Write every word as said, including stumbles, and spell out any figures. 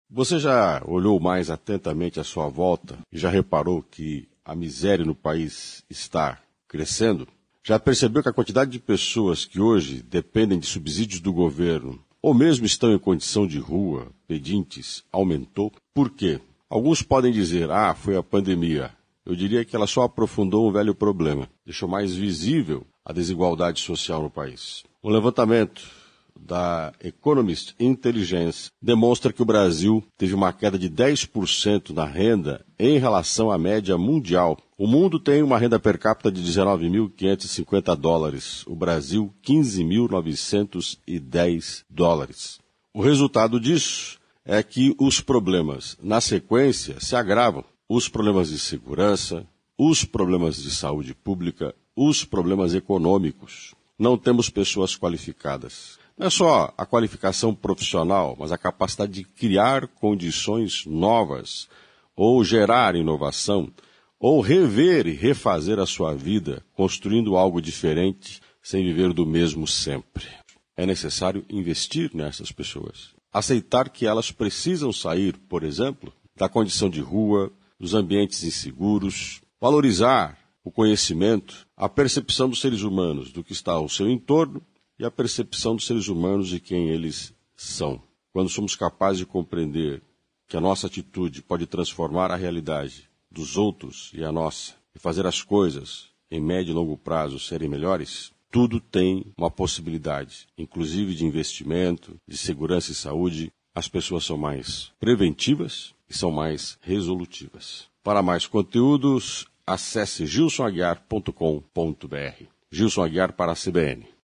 Você já olhou mais atentamente à sua volta e já reparou que a miséria no país está crescendo? Já percebeu que a quantidade de pessoas que hoje dependem de subsídios do governo ou mesmo estão em condição de rua, pedintes, aumentou? Por quê? Alguns podem dizer, ah, foi a pandemia. Eu diria que ela só aprofundou um velho problema, deixou mais visível a desigualdade social no país. Um levantamento da Economist Intelligence demonstra que o Brasil teve uma queda de dez por cento na renda em relação à média mundial. O mundo tem uma renda per capita de dezenove mil quinhentos e cinquenta dólares, o Brasil quinze mil novecentos e dez dólares. O resultado disso é que os problemas na sequência se agravam. Os problemas de segurança, os problemas de saúde pública, os problemas econômicos. Não temos pessoas qualificadas. Não é só a qualificação profissional, mas a capacidade de criar condições novas, ou gerar inovação, ou rever e refazer a sua vida, construindo algo diferente, sem viver do mesmo sempre. É necessário investir nessas pessoas. Aceitar que elas precisam sair, por exemplo, da condição de rua, dos ambientes inseguros, valorizar o conhecimento, a percepção dos seres humanos do que está ao seu entorno, e a percepção dos seres humanos de quem eles são. Quando somos capazes de compreender que a nossa atitude pode transformar a realidade dos outros e a nossa, e fazer as coisas em médio e longo prazo serem melhores, tudo tem uma possibilidade, inclusive de investimento, de segurança e saúde. As pessoas são mais preventivas e são mais resolutivas. Para mais conteúdos, acesse gilson aguiar ponto com ponto br. Gilson Aguiar para a C B N.